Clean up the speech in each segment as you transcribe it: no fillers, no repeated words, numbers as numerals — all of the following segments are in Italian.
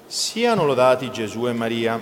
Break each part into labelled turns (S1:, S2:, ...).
S1: Siano lodati Gesù e Maria.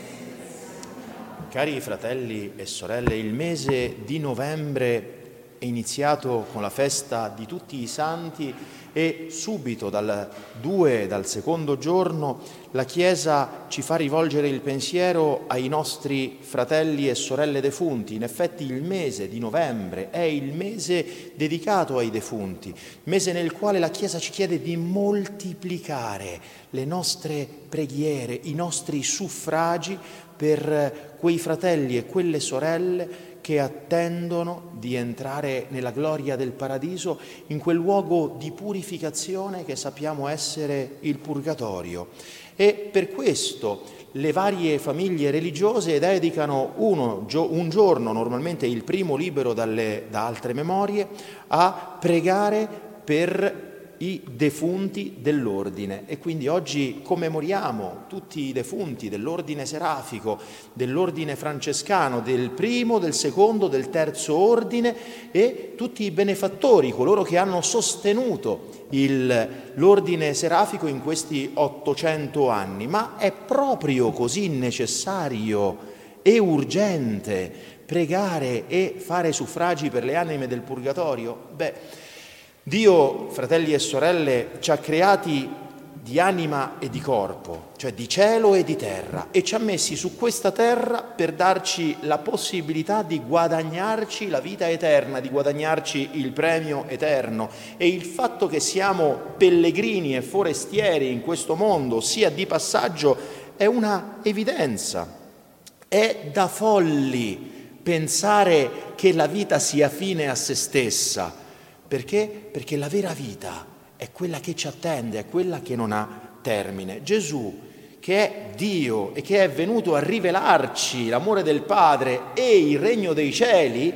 S1: Cari fratelli e sorelle, il mese di novembre è iniziato con la festa di tutti i santi e subito dal secondo giorno la Chiesa ci fa rivolgere il pensiero ai nostri fratelli e sorelle defunti. In effetti il mese di novembre è il mese dedicato ai defunti, mese nel quale la Chiesa ci chiede di moltiplicare le nostre preghiere, i nostri suffragi per quei fratelli e quelle sorelle che attendono di entrare nella gloria del paradiso, in quel luogo di purificazione che sappiamo essere il purgatorio. E per questo le varie famiglie religiose dedicano un giorno, normalmente il primo libero da altre memorie, a pregare per i defunti dell'ordine. E quindi oggi commemoriamo tutti i defunti dell'ordine serafico, dell'ordine francescano, del primo, del secondo, del terzo ordine e tutti i benefattori, coloro che hanno sostenuto l'ordine serafico in questi 800 anni. Ma è proprio così necessario e urgente pregare e fare suffragi per le anime del purgatorio? Dio, fratelli e sorelle, ci ha creati di anima e di corpo, cioè di cielo e di terra, e ci ha messi su questa terra per darci la possibilità di guadagnarci la vita eterna, di guadagnarci il premio eterno. E il fatto che siamo pellegrini e forestieri in questo mondo, sia di passaggio, è una evidenza. È da folli pensare che la vita sia fine a se stessa. Perché? Perché la vera vita è quella che ci attende, è quella che non ha termine. Gesù, che è Dio e che è venuto a rivelarci l'amore del Padre e il regno dei cieli,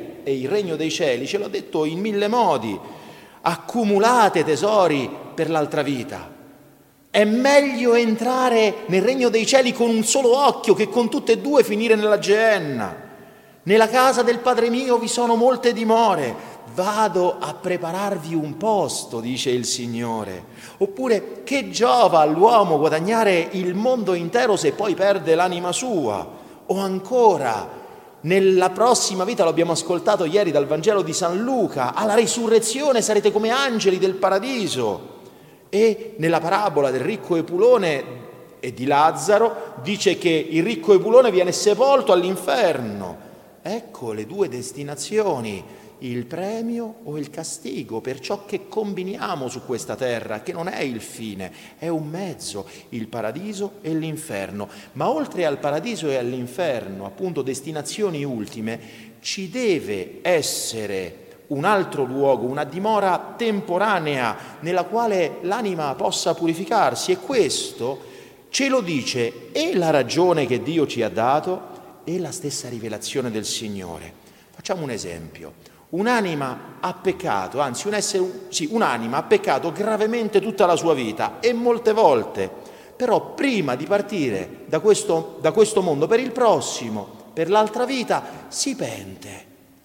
S1: ce l'ha detto in 1000 modi: accumulate tesori per l'altra vita. È meglio entrare nel regno dei cieli con un solo occhio che con tutte e due finire nella Geenna. Nella casa del Padre mio vi sono molte dimore. Vado a prepararvi un posto, dice il Signore. Oppure, che giova all'uomo guadagnare il mondo intero se poi perde l'anima sua? O ancora, nella prossima vita, lo abbiamo ascoltato ieri dal Vangelo di San Luca, alla risurrezione sarete come angeli del paradiso. E nella parabola del ricco Epulone e di Lazzaro dice che il ricco Epulone viene sepolto all'inferno. Ecco le due destinazioni: il premio o il castigo per ciò che combiniamo su questa terra, che non è il fine, è un mezzo, il paradiso e l'inferno. Ma oltre al paradiso e all'inferno, appunto destinazioni ultime, ci deve essere un altro luogo, una dimora temporanea nella quale l'anima possa purificarsi, e questo ce lo dice e la ragione che Dio ci ha dato e la stessa rivelazione del Signore. Facciamo un esempio. Un'anima ha peccato, un'anima ha peccato gravemente tutta la sua vita e molte volte, però prima di partire da questo mondo per il prossimo, per l'altra vita, si pente,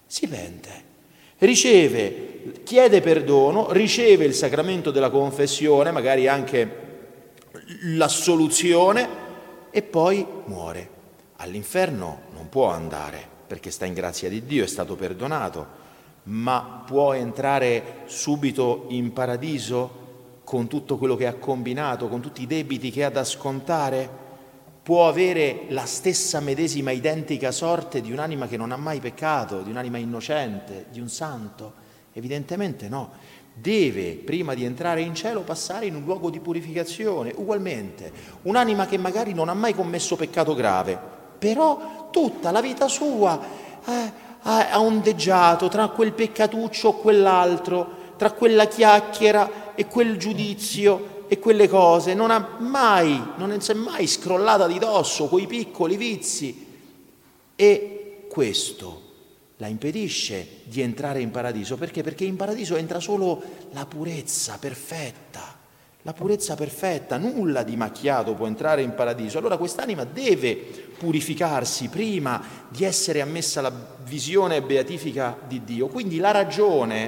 S1: chiede perdono, riceve il sacramento della confessione, magari anche l'assoluzione, e poi muore. All'inferno non può andare perché sta in grazia di Dio, è stato perdonato. Ma può entrare subito in paradiso con tutto quello che ha combinato, con tutti i debiti che ha da scontare? Può avere la stessa medesima identica sorte di un'anima che non ha mai peccato, di un'anima innocente, di un santo? Evidentemente no. Deve, prima di entrare in cielo, passare in un luogo di purificazione. Ugualmente, un'anima che magari non ha mai commesso peccato grave, però tutta la vita sua ha ondeggiato tra quel peccatuccio o quell'altro, tra quella chiacchiera e quel giudizio e quelle cose, non si è mai scrollata di dosso quei piccoli vizi, e questo la impedisce di entrare in paradiso. Perché? Perché in paradiso entra solo la purezza perfetta, nulla di macchiato può entrare in paradiso. Allora quest'anima deve purificarsi prima di essere ammessa alla visione beatifica di Dio. Quindi la ragione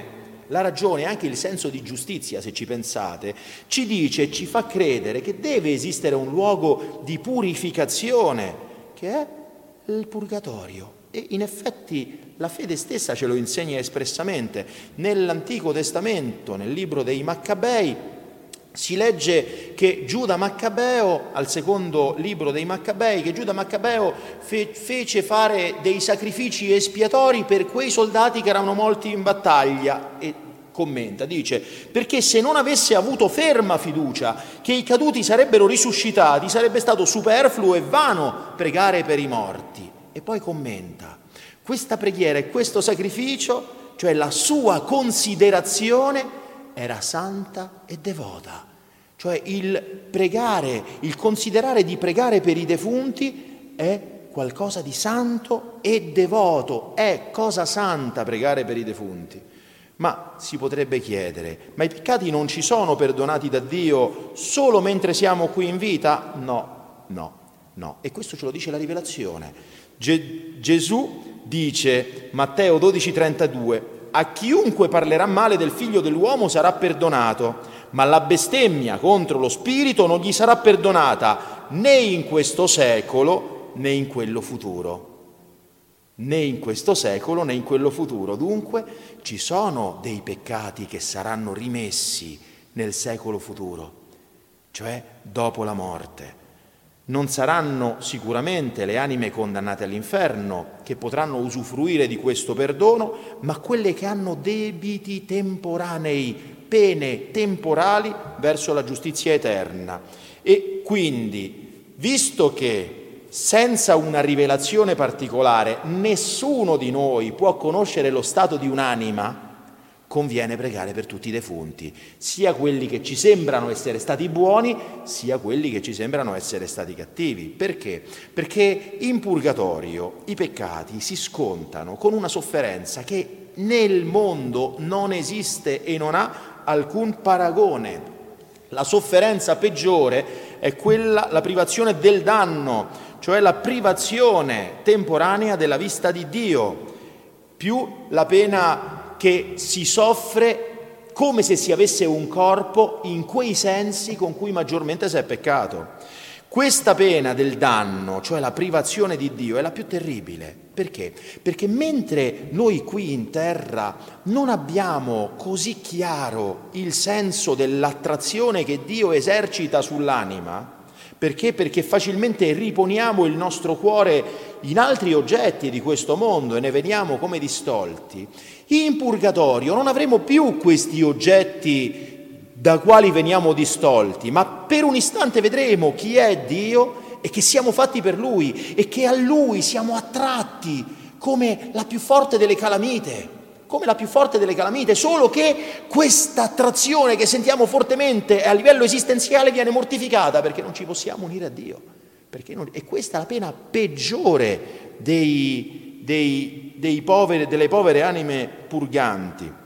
S1: la ragione e anche il senso di giustizia, se ci pensate, ci dice, ci fa credere che deve esistere un luogo di purificazione, che è il purgatorio. E in effetti la fede stessa ce lo insegna espressamente. Nell'Antico Testamento, nel libro dei Maccabei, si legge che Giuda Maccabeo, al secondo libro dei Maccabei, che Giuda Maccabeo fece fare dei sacrifici espiatori per quei soldati che erano morti in battaglia. E commenta, dice, perché se non avesse avuto ferma fiducia che i caduti sarebbero risuscitati, sarebbe stato superfluo e vano pregare per i morti. E poi commenta, questa preghiera e questo sacrificio, cioè la sua considerazione, era santa e devota. Cioè il pregare, il considerare di pregare per i defunti è qualcosa di santo e devoto, è cosa santa pregare per i defunti. Ma si potrebbe chiedere, ma i peccati non ci sono perdonati da Dio solo mentre siamo qui in vita? No. E questo ce lo dice la rivelazione. Gesù dice, Matteo 12,32, a chiunque parlerà male del figlio dell'uomo sarà perdonato, ma la bestemmia contro lo spirito non gli sarà perdonata né in questo secolo né in quello futuro. Né in questo secolo né in quello futuro. Dunque ci sono dei peccati che saranno rimessi nel secolo futuro, cioè dopo la morte. Non saranno sicuramente le anime condannate all'inferno che potranno usufruire di questo perdono, ma quelle che hanno debiti temporanei, pene temporali verso la giustizia eterna. E quindi, visto che senza una rivelazione particolare nessuno di noi può conoscere lo stato di un'anima, conviene pregare per tutti i defunti, sia quelli che ci sembrano essere stati buoni, sia quelli che ci sembrano essere stati cattivi. Perché? Perché in purgatorio i peccati si scontano con una sofferenza che nel mondo non esiste e non ha alcun paragone. La sofferenza peggiore è quella, la privazione del danno, cioè la privazione temporanea della vista di Dio, più la pena che si soffre come se si avesse un corpo in quei sensi con cui maggiormente si è peccato. Questa pena del danno, cioè la privazione di Dio, è la più terribile. Perché? Perché mentre noi qui in terra non abbiamo così chiaro il senso dell'attrazione che Dio esercita sull'anima, perché? Perché facilmente riponiamo il nostro cuore in altri oggetti di questo mondo e ne veniamo come distolti, in purgatorio non avremo più questi oggetti da quali veniamo distolti, ma per un istante vedremo chi è Dio e che siamo fatti per Lui e che a Lui siamo attratti come la più forte delle calamite, solo che questa attrazione che sentiamo fortemente a livello esistenziale viene mortificata perché non ci possiamo unire a Dio. E questa è la pena peggiore delle povere anime purganti.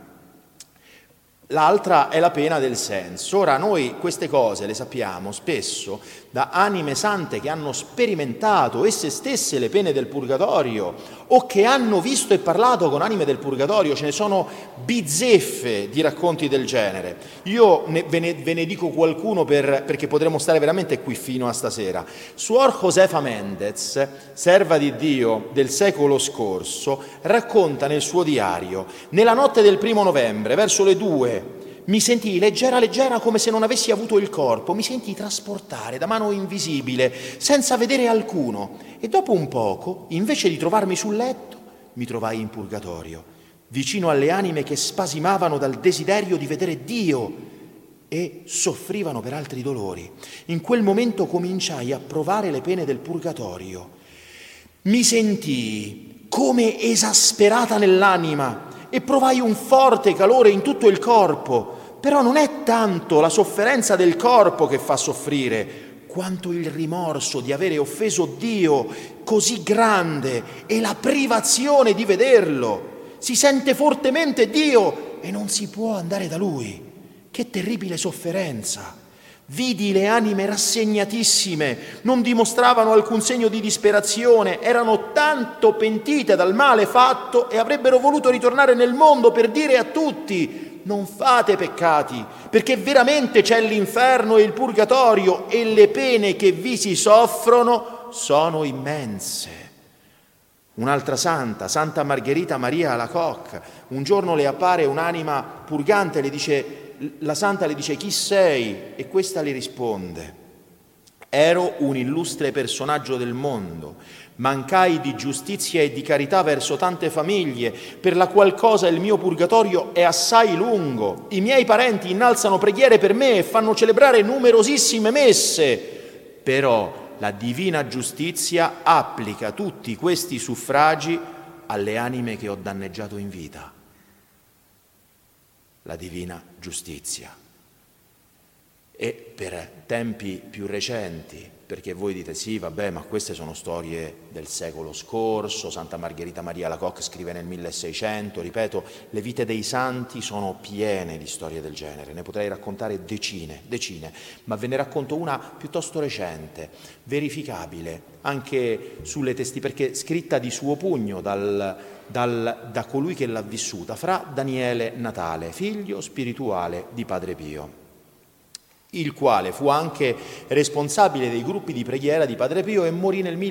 S1: L'altra è la pena del senso. Ora noi queste cose le sappiamo spesso da anime sante che hanno sperimentato esse stesse le pene del purgatorio o che hanno visto e parlato con anime del purgatorio. Ce ne sono bizzeffe di racconti del genere. Io ve ne dico qualcuno perché potremmo stare veramente qui fino a stasera. Suor Josefa Mendez, serva di Dio del secolo scorso, racconta nel suo diario: nella notte del 1° novembre, verso le 2, mi sentii leggera come se non avessi avuto il corpo, mi sentii trasportare da mano invisibile, senza vedere alcuno, e dopo un poco, invece di trovarmi sul letto, mi trovai in purgatorio, vicino alle anime che spasimavano dal desiderio di vedere Dio e soffrivano per altri dolori. In quel momento cominciai a provare le pene del purgatorio. Mi sentii come esasperata nell'anima e provai un forte calore in tutto il corpo. Però non è tanto la sofferenza del corpo che fa soffrire, quanto il rimorso di avere offeso Dio così grande e la privazione di vederlo. Si sente fortemente Dio e non si può andare da Lui. Che terribile sofferenza! Vidi le anime rassegnatissime, non dimostravano alcun segno di disperazione, erano tanto pentite dal male fatto e avrebbero voluto ritornare nel mondo per dire a tutti: non fate peccati, perché veramente c'è l'inferno e il purgatorio e le pene che vi si soffrono sono immense. Un'altra santa, Santa Margherita Maria Alacoque, un giorno le appare un'anima purgante, la santa le dice: chi sei? E questa le risponde: ero un illustre personaggio del mondo, mancai di giustizia e di carità verso tante famiglie, per la qual cosa il mio purgatorio è assai lungo. I miei parenti innalzano preghiere per me e fanno celebrare numerosissime messe, però la divina giustizia applica tutti questi suffragi alle anime che ho danneggiato in vita. La divina giustizia. E per tempi più recenti, perché voi dite sì, vabbè, ma queste sono storie del secolo scorso, Santa Margherita Maria Alacoque scrive nel 1600, ripeto, le vite dei santi sono piene di storie del genere, ne potrei raccontare decine, ma ve ne racconto una piuttosto recente, verificabile anche sulle perché scritta di suo pugno da colui che l'ha vissuta, Fra Daniele Natale, figlio spirituale di Padre Pio, il quale fu anche responsabile dei gruppi di preghiera di Padre Pio e morì nel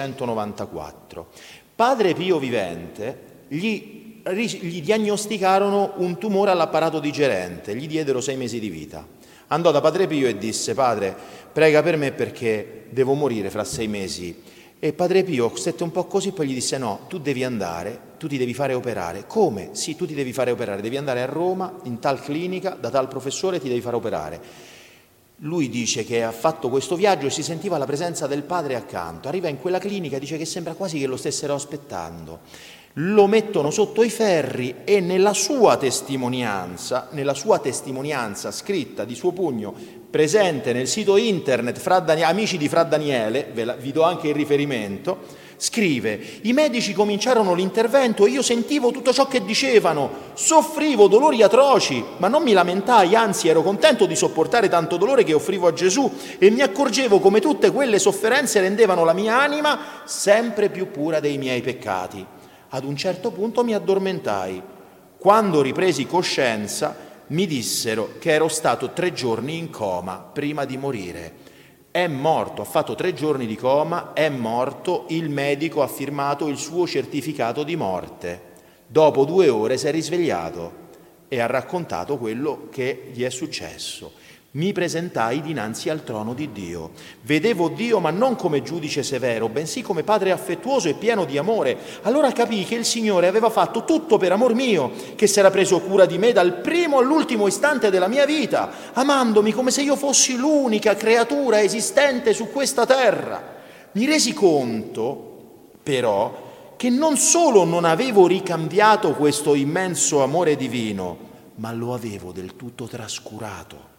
S1: 1994. Padre Pio vivente gli diagnosticarono un tumore all'apparato digerente, gli diedero 6 mesi di vita. Andò da Padre Pio e disse: padre, prega per me perché devo morire fra 6 mesi. E Padre Pio stette un po' così, poi gli disse: no, tu devi andare, tu ti devi fare operare. Come? Sì, tu ti devi fare operare, devi andare a Roma, in tal clinica, da tal professore, ti devi fare operare. Lui dice che ha fatto questo viaggio e si sentiva la presenza del padre accanto. Arriva in quella clinica, dice che sembra quasi che lo stessero aspettando. Lo mettono sotto i ferri e nella sua testimonianza scritta di suo pugno, presente nel sito internet Amici di Fra Daniele, vi do anche il riferimento, scrive: i medici cominciarono l'intervento e io sentivo tutto ciò che dicevano, soffrivo dolori atroci, ma non mi lamentai, anzi ero contento di sopportare tanto dolore che offrivo a Gesù e mi accorgevo come tutte quelle sofferenze rendevano la mia anima sempre più pura dei miei peccati. Ad un certo punto mi addormentai. Quando ripresi coscienza mi dissero che ero stato 3 giorni in coma prima di morire. È morto, ha fatto 3 giorni di coma, è morto, il medico ha firmato il suo certificato di morte. Dopo 2 ore si è risvegliato e ha raccontato quello che gli è successo. Mi presentai dinanzi al trono di Dio. Vedevo Dio ma non come giudice severo, bensì come Padre affettuoso e pieno di amore. Allora capii che il Signore aveva fatto tutto per amor mio, che si era preso cura di me dal primo all'ultimo istante della mia vita, amandomi come se io fossi l'unica creatura esistente su questa terra. Mi resi conto, però, che non solo non avevo ricambiato questo immenso amore divino, ma lo avevo del tutto trascurato.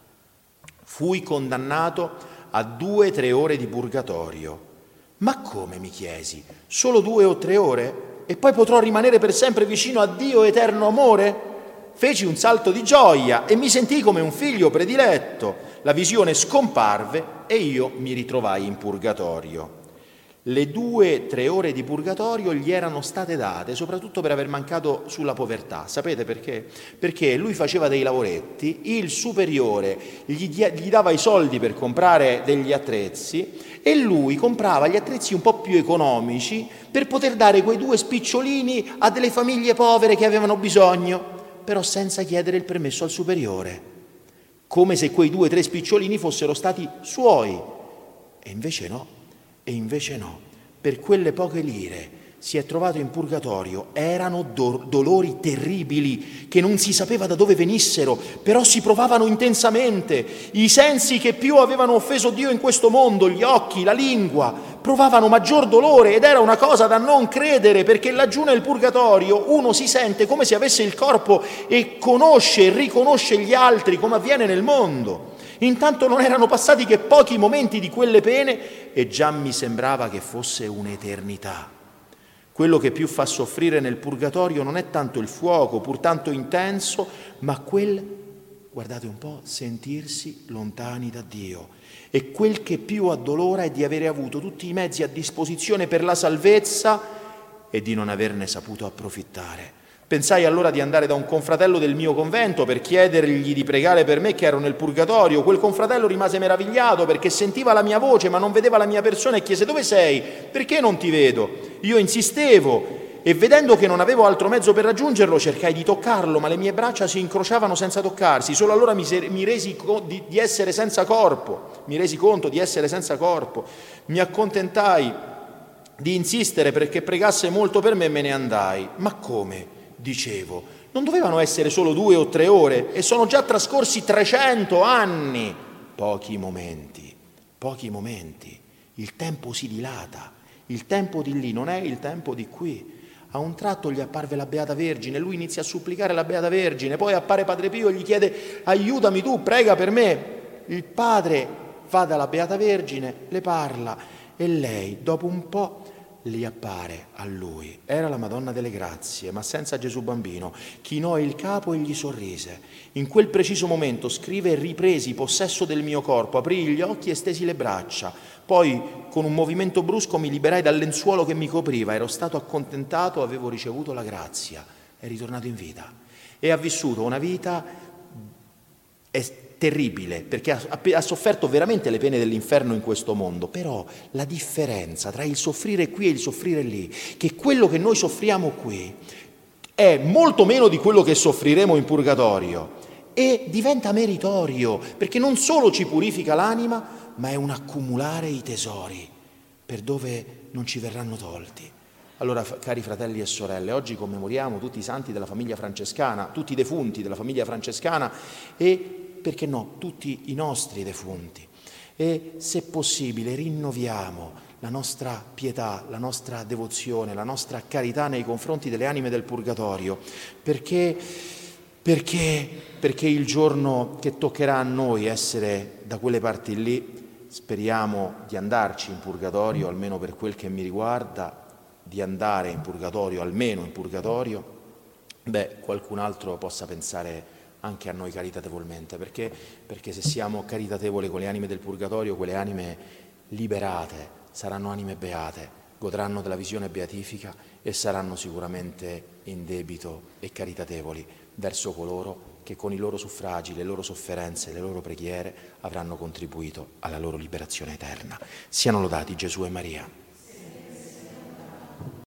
S1: Fui condannato a 2-3 ore di purgatorio. Ma come, mi chiesi? Solo 2 o 3 ore? E poi potrò rimanere per sempre vicino a Dio eterno amore? Feci un salto di gioia e mi sentii come un figlio prediletto. La visione scomparve e io mi ritrovai in purgatorio. Le 2-3 ore di purgatorio gli erano state date soprattutto per aver mancato sulla povertà. Sapete perché? Perché lui faceva dei lavoretti, il superiore gli dava i soldi per comprare degli attrezzi e lui comprava gli attrezzi un po' più economici per poter dare quei 2 spicciolini a delle famiglie povere che avevano bisogno, però senza chiedere il permesso al superiore, come se quei 2-3 spicciolini fossero stati suoi. E invece no, per quelle poche lire si è trovato in purgatorio. Erano dolori terribili che non si sapeva da dove venissero, però si provavano intensamente. I sensi che più avevano offeso Dio in questo mondo, gli occhi, la lingua, provavano maggior dolore ed era una cosa da non credere, perché laggiù nel purgatorio uno si sente come se avesse il corpo e conosce e riconosce gli altri come avviene nel mondo. Intanto non erano passati che pochi momenti di quelle pene e già mi sembrava che fosse un'eternità. Quello che più fa soffrire nel purgatorio non è tanto il fuoco, pur tanto intenso, ma guardate un po', sentirsi lontani da Dio. E quel che più addolora è di avere avuto tutti i mezzi a disposizione per la salvezza e di non averne saputo approfittare. Pensai allora di andare da un confratello del mio convento per chiedergli di pregare per me che ero nel purgatorio. Quel confratello rimase meravigliato perché sentiva la mia voce ma non vedeva la mia persona e chiese: dove sei? Perché non ti vedo? Io insistevo e vedendo che non avevo altro mezzo per raggiungerlo cercai di toccarlo, ma le mie braccia si incrociavano senza toccarsi. Solo allora mi resi conto di essere senza corpo. Mi accontentai di insistere perché pregasse molto per me e me ne andai. Ma come? Dicevo, non dovevano essere solo 2 o 3 ore e sono già trascorsi 300 anni. Pochi momenti. Il tempo si dilata. Il tempo di lì non è il tempo di qui. A un tratto gli apparve la Beata Vergine, lui inizia a supplicare la Beata Vergine, poi appare Padre Pio e gli chiede: aiutami tu, prega per me. Il padre va dalla Beata Vergine, le parla e lei, dopo un po', gli appare a lui. Era la Madonna delle Grazie, ma senza Gesù bambino. Chinò il capo e gli sorrise. In quel preciso momento, scrive, ripresi possesso del mio corpo, aprii gli occhi e stesi le braccia. Poi, con un movimento brusco, mi liberai dal lenzuolo che mi copriva. Ero stato accontentato, avevo ricevuto la grazia. È ritornato in vita. E ha vissuto una vita terribile, perché ha sofferto veramente le pene dell'inferno in questo mondo. Però la differenza tra il soffrire qui e il soffrire lì, che quello che noi soffriamo qui è molto meno di quello che soffriremo in purgatorio e diventa meritorio, perché non solo ci purifica l'anima, ma è un accumulare i tesori per dove non ci verranno tolti. Allora, cari fratelli e sorelle, oggi commemoriamo tutti i santi della famiglia francescana, tutti i defunti della famiglia francescana e, perché no, tutti i nostri defunti. E se possibile rinnoviamo la nostra pietà, la nostra devozione, la nostra carità nei confronti delle anime del purgatorio, perché il giorno che toccherà a noi essere da quelle parti lì, speriamo di andarci in purgatorio, almeno per quel che mi riguarda, di andare in purgatorio, almeno in purgatorio, qualcun altro possa pensare anche a noi caritatevolmente, perché se siamo caritatevoli con le anime del purgatorio, quelle anime liberate saranno anime beate, godranno della visione beatifica e saranno sicuramente in debito e caritatevoli verso coloro che con i loro suffragi, le loro sofferenze, le loro preghiere avranno contribuito alla loro liberazione eterna. Siano lodati Gesù e Maria.